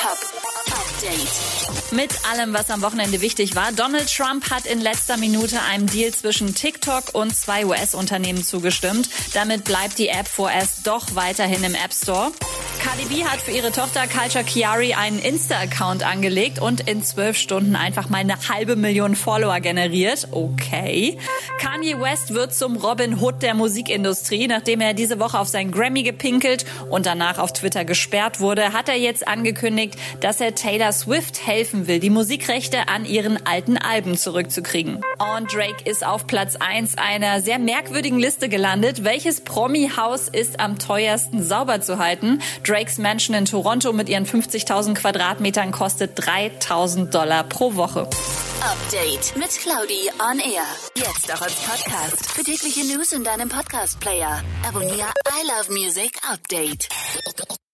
Update. Mit allem, was am Wochenende wichtig war. Donald Trump hat in letzter Minute einem Deal zwischen TikTok und 2 US-Unternehmen zugestimmt. Damit bleibt die App vorerst doch weiterhin im App Store. Cardi B hat für ihre Tochter Culture Chiari einen Insta-Account angelegt und in 12 Stunden einfach mal 500.000 Follower generiert. Okay. Kanye West wird zum Robin Hood der Musikindustrie. Nachdem er diese Woche auf seinen Grammy gepinkelt und danach auf Twitter gesperrt wurde, hat er jetzt angekündigt, dass er Taylor Swift helfen will, die Musikrechte an ihren alten Alben zurückzukriegen. Und Drake ist auf Platz 1 einer sehr merkwürdigen Liste gelandet. Welches Promi-Haus ist am teuersten sauber zu halten? Drakes Mansion in Toronto mit ihren 50.000 Quadratmetern kostet $3.000 pro Woche. Update mit Claudi on Air. Jetzt auch als Podcast. Für tägliche News in deinem Podcast-Player. Abonniere I Love Music Update.